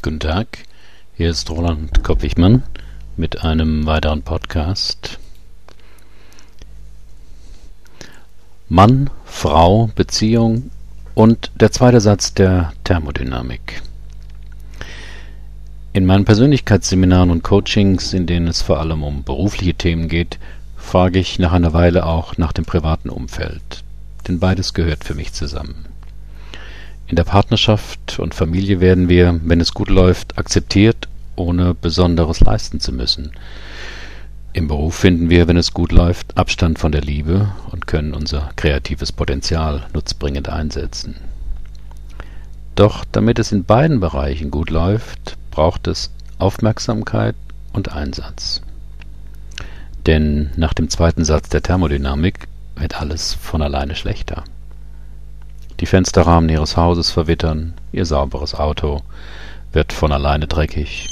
Guten Tag, hier ist Roland Kopp-Wichmann mit einem weiteren Podcast. Mann, Frau, Beziehung und der zweite Satz der Thermodynamik. In meinen Persönlichkeitsseminaren und Coachings, in denen es vor allem um berufliche Themen geht, frage ich nach einer Weile auch nach dem privaten Umfeld, denn beides gehört für mich zusammen. In der Partnerschaft und Familie werden wir, wenn es gut läuft, akzeptiert, ohne Besonderes leisten zu müssen. Im Beruf finden wir, wenn es gut läuft, Abstand von der Liebe und können unser kreatives Potenzial nutzbringend einsetzen. Doch damit es in beiden Bereichen gut läuft, braucht es Aufmerksamkeit und Einsatz. Denn nach dem zweiten Satz der Thermodynamik wird alles von alleine schlechter. Die Fensterrahmen ihres Hauses verwittern, ihr sauberes Auto wird von alleine dreckig.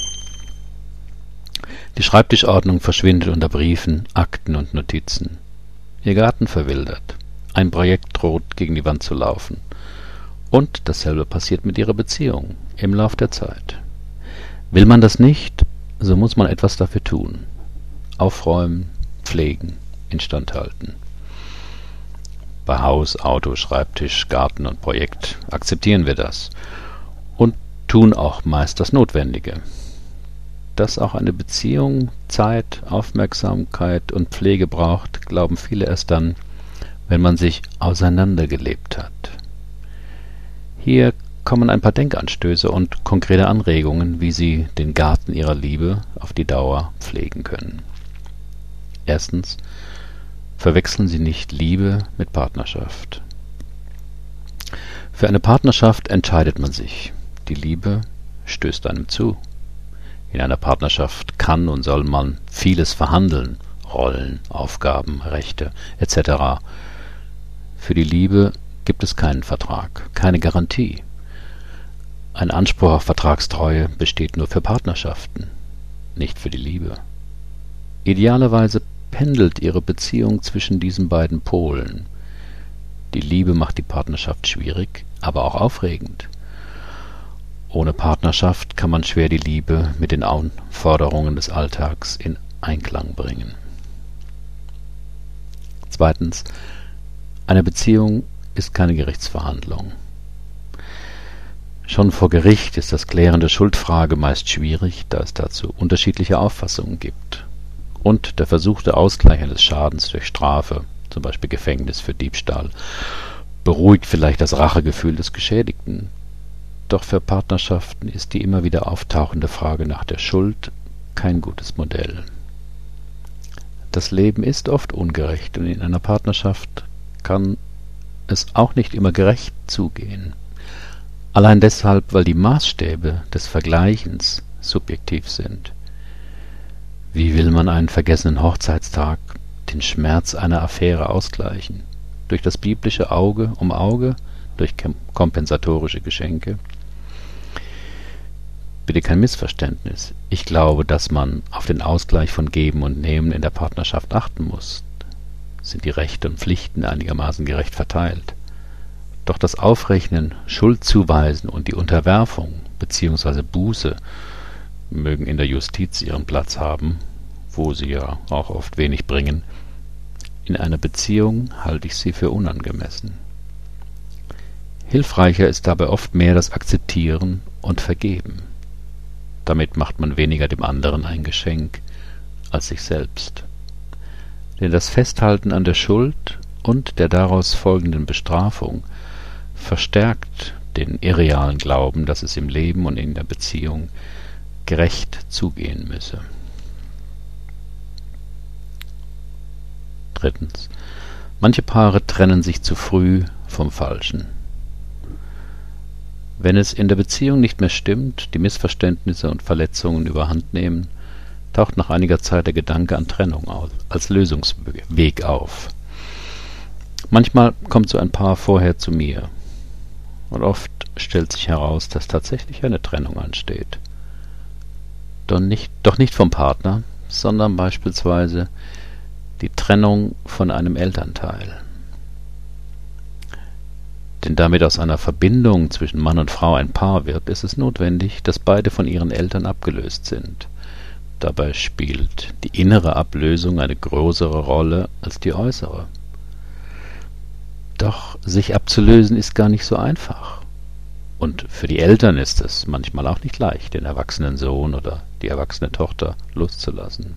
Die Schreibtischordnung verschwindet unter Briefen, Akten und Notizen. Ihr Garten verwildert, ein Projekt droht gegen die Wand zu laufen. Und dasselbe passiert mit ihrer Beziehung im Lauf der Zeit. Will man das nicht, so muss man etwas dafür tun. Aufräumen, pflegen, instand halten. Bei Haus, Auto, Schreibtisch, Garten und Projekt akzeptieren wir das und tun auch meist das Notwendige. Dass auch eine Beziehung Zeit, Aufmerksamkeit und Pflege braucht, glauben viele erst dann, wenn man sich auseinandergelebt hat. Hier kommen ein paar Denkanstöße und konkrete Anregungen, wie Sie den Garten Ihrer Liebe auf die Dauer pflegen können. Erstens: Verwechseln Sie nicht Liebe mit Partnerschaft. Für eine Partnerschaft entscheidet man sich. Die Liebe stößt einem zu. In einer Partnerschaft kann und soll man vieles verhandeln, Rollen, Aufgaben, Rechte etc. Für die Liebe gibt es keinen Vertrag, keine Garantie. Ein Anspruch auf Vertragstreue besteht nur für Partnerschaften, nicht für die Liebe. Idealerweise pendelt Ihre Beziehung zwischen diesen beiden Polen. Die Liebe macht die Partnerschaft schwierig, aber auch aufregend. Ohne Partnerschaft kann man schwer die Liebe mit den Anforderungen des Alltags in Einklang bringen. Zweitens: Eine Beziehung ist keine Gerichtsverhandlung. Schon vor Gericht ist das Klären der Schuldfrage meist schwierig, da es dazu unterschiedliche Auffassungen gibt. Und der versuchte Ausgleich eines Schadens durch Strafe, zum Beispiel Gefängnis für Diebstahl, beruhigt vielleicht das Rachegefühl des Geschädigten. Doch für Partnerschaften ist die immer wieder auftauchende Frage nach der Schuld kein gutes Modell. Das Leben ist oft ungerecht und in einer Partnerschaft kann es auch nicht immer gerecht zugehen. Allein deshalb, weil die Maßstäbe des Vergleichens subjektiv sind. Wie will man einen vergessenen Hochzeitstag, den Schmerz einer Affäre ausgleichen? Durch das biblische Auge um Auge, durch kompensatorische Geschenke? Bitte kein Missverständnis. Ich glaube, dass man auf den Ausgleich von Geben und Nehmen in der Partnerschaft achten muss. Sind die Rechte und Pflichten einigermaßen gerecht verteilt? Doch das Aufrechnen, Schuldzuweisen und die Unterwerfung bzw. Buße mögen in der Justiz ihren Platz haben, wo sie ja auch oft wenig bringen. In einer Beziehung halte ich sie für unangemessen. Hilfreicher ist dabei oft mehr das Akzeptieren und Vergeben. Damit macht man weniger dem anderen ein Geschenk als sich selbst. Denn das Festhalten an der Schuld und der daraus folgenden Bestrafung verstärkt den irrealen Glauben, dass es im Leben und in der Beziehung gerecht zugehen müsse. Drittens: Manche Paare trennen sich zu früh vom Falschen. Wenn es in der Beziehung nicht mehr stimmt, die Missverständnisse und Verletzungen überhand nehmen, taucht nach einiger Zeit der Gedanke an Trennung als Lösungsweg auf. Manchmal kommt so ein Paar vorher zu mir und oft stellt sich heraus, dass tatsächlich eine Trennung ansteht. Doch nicht vom Partner, sondern beispielsweise die Trennung von einem Elternteil. Denn damit aus einer Verbindung zwischen Mann und Frau ein Paar wird, ist es notwendig, dass beide von ihren Eltern abgelöst sind. Dabei spielt die innere Ablösung eine größere Rolle als die äußere. Doch sich abzulösen ist gar nicht so einfach. Und für die Eltern ist es manchmal auch nicht leicht, den erwachsenen Sohn oder die erwachsene Tochter loszulassen.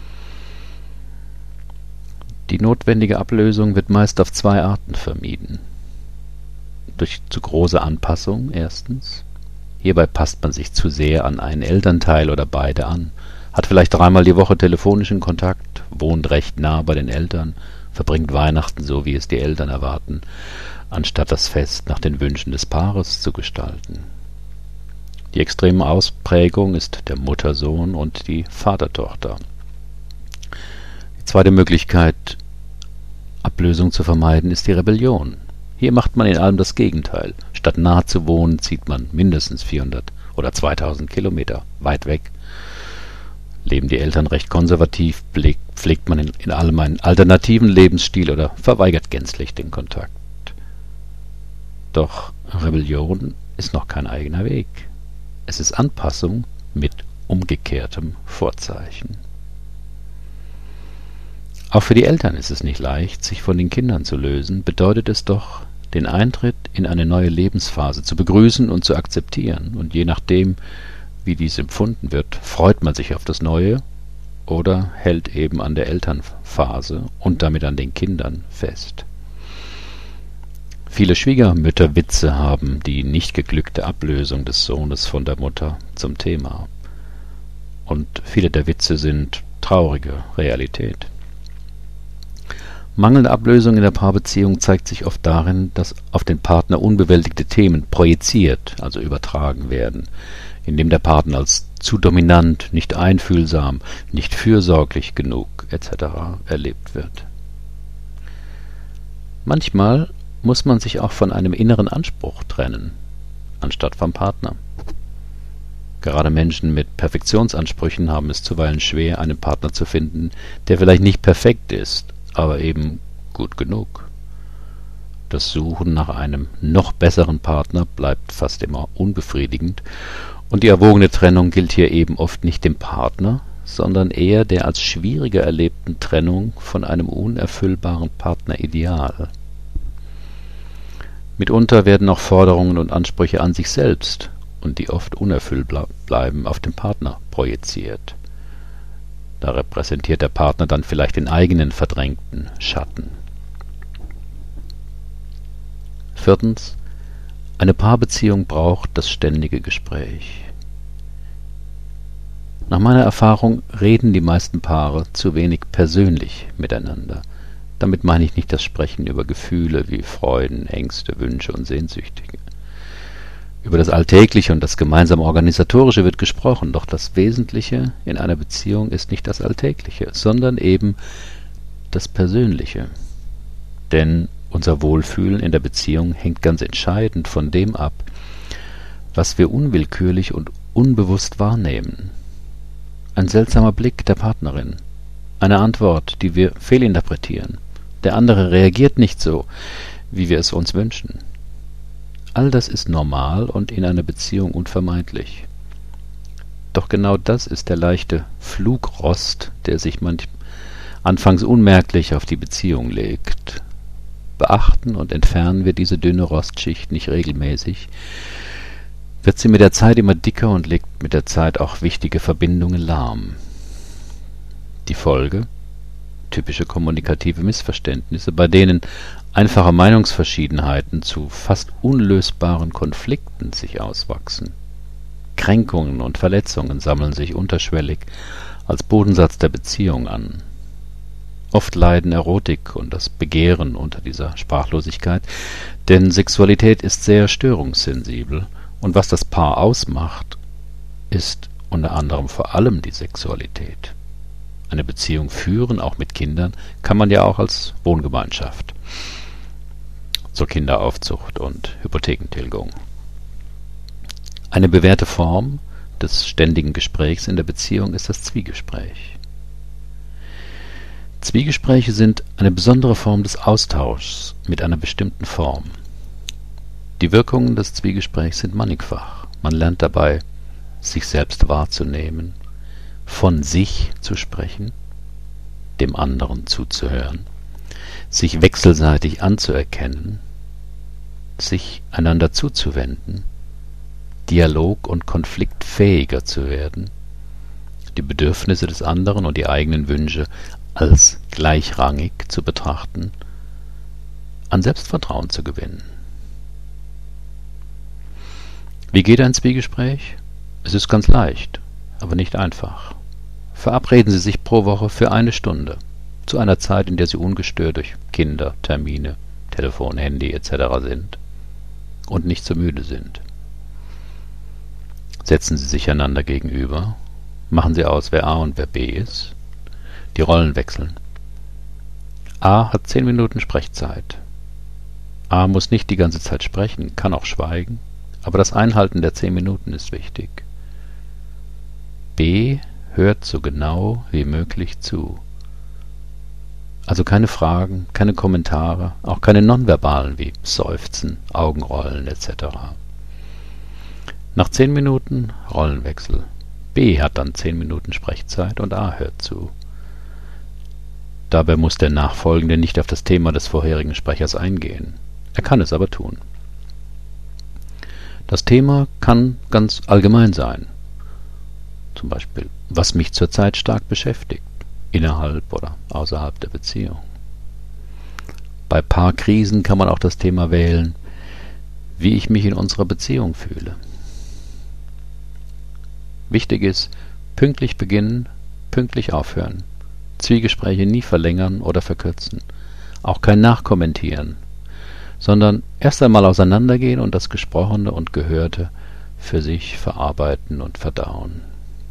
Die notwendige Ablösung wird meist auf zwei Arten vermieden. Durch zu große Anpassung erstens. Hierbei passt man sich zu sehr an einen Elternteil oder beide an, hat vielleicht 3-mal die Woche telefonischen Kontakt, wohnt recht nah bei den Eltern, verbringt Weihnachten so, wie es die Eltern erwarten, anstatt das Fest nach den Wünschen des Paares zu gestalten. Die extreme Ausprägung ist der Mutter-Sohn und die Vater-Tochter. Die zweite Möglichkeit, Ablösung zu vermeiden, ist die Rebellion. Hier macht man in allem das Gegenteil. Statt nah zu wohnen, zieht man mindestens 400 oder 2000 Kilometer weit weg. Leben die Eltern recht konservativ, pflegt man in allem einen alternativen Lebensstil oder verweigert gänzlich den Kontakt. Doch Rebellion ist noch kein eigener Weg. Es ist Anpassung mit umgekehrtem Vorzeichen. Auch für die Eltern ist es nicht leicht, sich von den Kindern zu lösen, bedeutet es doch, den Eintritt in eine neue Lebensphase zu begrüßen und zu akzeptieren. Und je nachdem, wie dies empfunden wird, freut man sich auf das Neue oder hält eben an der Elternphase und damit an den Kindern fest. Viele Schwiegermütterwitze haben die nicht geglückte Ablösung des Sohnes von der Mutter zum Thema. Und viele der Witze sind traurige Realität. Mangelnde Ablösung in der Paarbeziehung zeigt sich oft darin, dass auf den Partner unbewältigte Themen projiziert, also übertragen werden, indem der Partner als zu dominant, nicht einfühlsam, nicht fürsorglich genug etc. erlebt wird. Manchmal muss man sich auch von einem inneren Anspruch trennen, anstatt vom Partner. Gerade Menschen mit Perfektionsansprüchen haben es zuweilen schwer, einen Partner zu finden, der vielleicht nicht perfekt ist, aber eben gut genug. Das Suchen nach einem noch besseren Partner bleibt fast immer unbefriedigend und die erwogene Trennung gilt hier eben oft nicht dem Partner, sondern eher der als schwieriger erlebten Trennung von einem unerfüllbaren Partnerideal. Mitunter werden auch Forderungen und Ansprüche an sich selbst und die oft unerfüllt bleiben, auf den Partner projiziert. Da repräsentiert der Partner dann vielleicht den eigenen verdrängten Schatten. Viertens. Eine Paarbeziehung braucht das ständige Gespräch. Nach meiner Erfahrung reden die meisten Paare zu wenig persönlich miteinander. Damit meine ich nicht das Sprechen über Gefühle wie Freuden, Ängste, Wünsche und Sehnsüchte. Über das Alltägliche und das gemeinsame Organisatorische wird gesprochen, doch das Wesentliche in einer Beziehung ist nicht das Alltägliche, sondern eben das Persönliche. Denn unser Wohlfühlen in der Beziehung hängt ganz entscheidend von dem ab, was wir unwillkürlich und unbewusst wahrnehmen. Ein seltsamer Blick der Partnerin, eine Antwort, die wir fehlinterpretieren. Der andere reagiert nicht so, wie wir es uns wünschen. All das ist normal und in einer Beziehung unvermeidlich. Doch genau das ist der leichte Flugrost, der sich anfangs unmerklich auf die Beziehung legt. Beachten und entfernen wir diese dünne Rostschicht nicht regelmäßig, wird sie mit der Zeit immer dicker und legt mit der Zeit auch wichtige Verbindungen lahm. Die Folge? Typische kommunikative Missverständnisse, bei denen einfache Meinungsverschiedenheiten zu fast unlösbaren Konflikten sich auswachsen. Kränkungen und Verletzungen sammeln sich unterschwellig als Bodensatz der Beziehung an. Oft leiden Erotik und das Begehren unter dieser Sprachlosigkeit, denn Sexualität ist sehr störungssensibel und was das Paar ausmacht, ist unter anderem vor allem die Sexualität. Eine Beziehung führen, auch mit Kindern, kann man ja auch als Wohngemeinschaft zur Kinderaufzucht und Hypothekentilgung. Eine bewährte Form des ständigen Gesprächs in der Beziehung ist das Zwiegespräch. Zwiegespräche sind eine besondere Form des Austauschs mit einer bestimmten Form. Die Wirkungen des Zwiegesprächs sind mannigfach. Man lernt dabei, sich selbst wahrzunehmen, von sich zu sprechen, dem anderen zuzuhören, sich wechselseitig anzuerkennen, sich einander zuzuwenden, dialog- und konfliktfähiger zu werden, die Bedürfnisse des anderen und die eigenen Wünsche als gleichrangig zu betrachten, an Selbstvertrauen zu gewinnen. Wie geht ein Zwiegespräch? Es ist ganz leicht, aber nicht einfach. Verabreden Sie sich pro Woche für 1 Stunde, zu einer Zeit, in der Sie ungestört durch Kinder, Termine, Telefon, Handy etc. sind und nicht zu müde sind. Setzen Sie sich einander gegenüber, machen Sie aus, wer A und wer B ist, die Rollen wechseln. A hat 10 Minuten Sprechzeit. A muss nicht die ganze Zeit sprechen, kann auch schweigen, aber das Einhalten der 10 Minuten ist wichtig. B hört so genau wie möglich zu. Also keine Fragen, keine Kommentare, auch keine nonverbalen wie Seufzen, Augenrollen etc. Nach 10 Minuten Rollenwechsel. B hat dann 10 Minuten Sprechzeit und A hört zu. Dabei muss der Nachfolgende nicht auf das Thema des vorherigen Sprechers eingehen. Er kann es aber tun. Das Thema kann ganz allgemein sein. Zum Beispiel, was mich zurzeit stark beschäftigt, innerhalb oder außerhalb der Beziehung. Bei Paarkrisen kann man auch das Thema wählen, wie ich mich in unserer Beziehung fühle. Wichtig ist, pünktlich beginnen, pünktlich aufhören. Zwiegespräche nie verlängern oder verkürzen. Auch kein Nachkommentieren, sondern erst einmal auseinandergehen und das Gesprochene und Gehörte für sich verarbeiten und verdauen.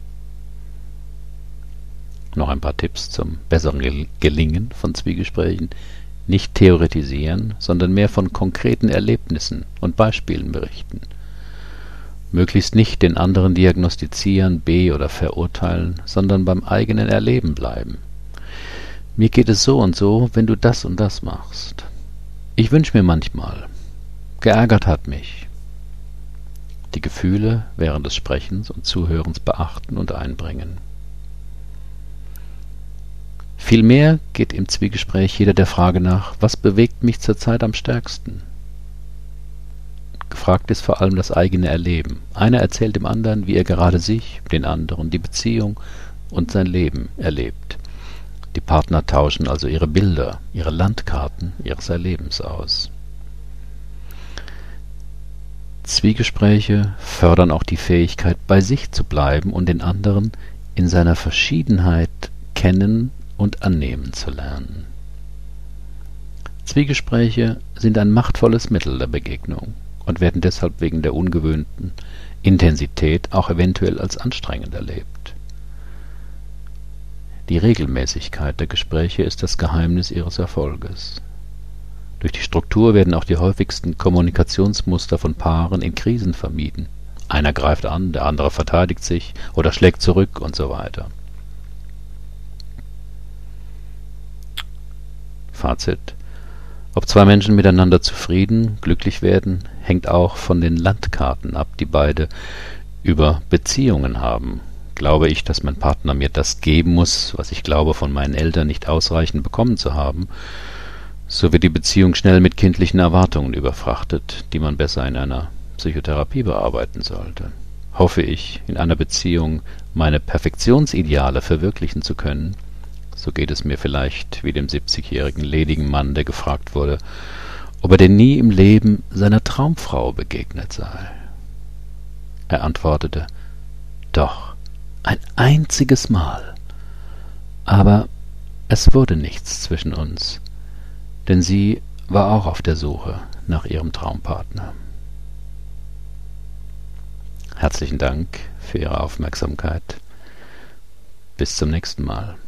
Noch ein paar Tipps zum besseren Gelingen von Zwiegesprächen. Nicht theoretisieren, sondern mehr von konkreten Erlebnissen und Beispielen berichten. Möglichst nicht den anderen diagnostizieren, oder verurteilen, sondern beim eigenen Erleben bleiben. Mir geht es so und so, wenn du das und das machst. Ich wünsche mir manchmal. Geärgert hat mich. Die Gefühle während des Sprechens und Zuhörens beachten und einbringen. Vielmehr geht im Zwiegespräch jeder der Frage nach, was bewegt mich zurzeit am stärksten? Gefragt ist vor allem das eigene Erleben. Einer erzählt dem anderen, wie er gerade sich, den anderen, die Beziehung und sein Leben erlebt. Die Partner tauschen also ihre Bilder, ihre Landkarten ihres Erlebens aus. Zwiegespräche fördern auch die Fähigkeit, bei sich zu bleiben und den anderen in seiner Verschiedenheit kennen und annehmen zu lernen. Zwiegespräche sind ein machtvolles Mittel der Begegnung und werden deshalb wegen der ungewöhnten Intensität auch eventuell als anstrengend erlebt. Die Regelmäßigkeit der Gespräche ist das Geheimnis ihres Erfolges. Durch die Struktur werden auch die häufigsten Kommunikationsmuster von Paaren in Krisen vermieden. Einer greift an, der andere verteidigt sich oder schlägt zurück und so weiter. Fazit: Ob zwei Menschen miteinander zufrieden, glücklich werden, hängt auch von den Landkarten ab, die beide über Beziehungen haben. Glaube ich, dass mein Partner mir das geben muss, was ich glaube, von meinen Eltern nicht ausreichend bekommen zu haben, so wird die Beziehung schnell mit kindlichen Erwartungen überfrachtet, die man besser in einer Psychotherapie bearbeiten sollte. Hoffe ich, in einer Beziehung meine Perfektionsideale verwirklichen zu können, so geht es mir vielleicht wie dem 70-jährigen ledigen Mann, der gefragt wurde, ob er denn nie im Leben seiner Traumfrau begegnet sei. Er antwortete, doch, ein einziges Mal. Aber es wurde nichts zwischen uns, denn sie war auch auf der Suche nach ihrem Traumpartner. Herzlichen Dank für Ihre Aufmerksamkeit. Bis zum nächsten Mal.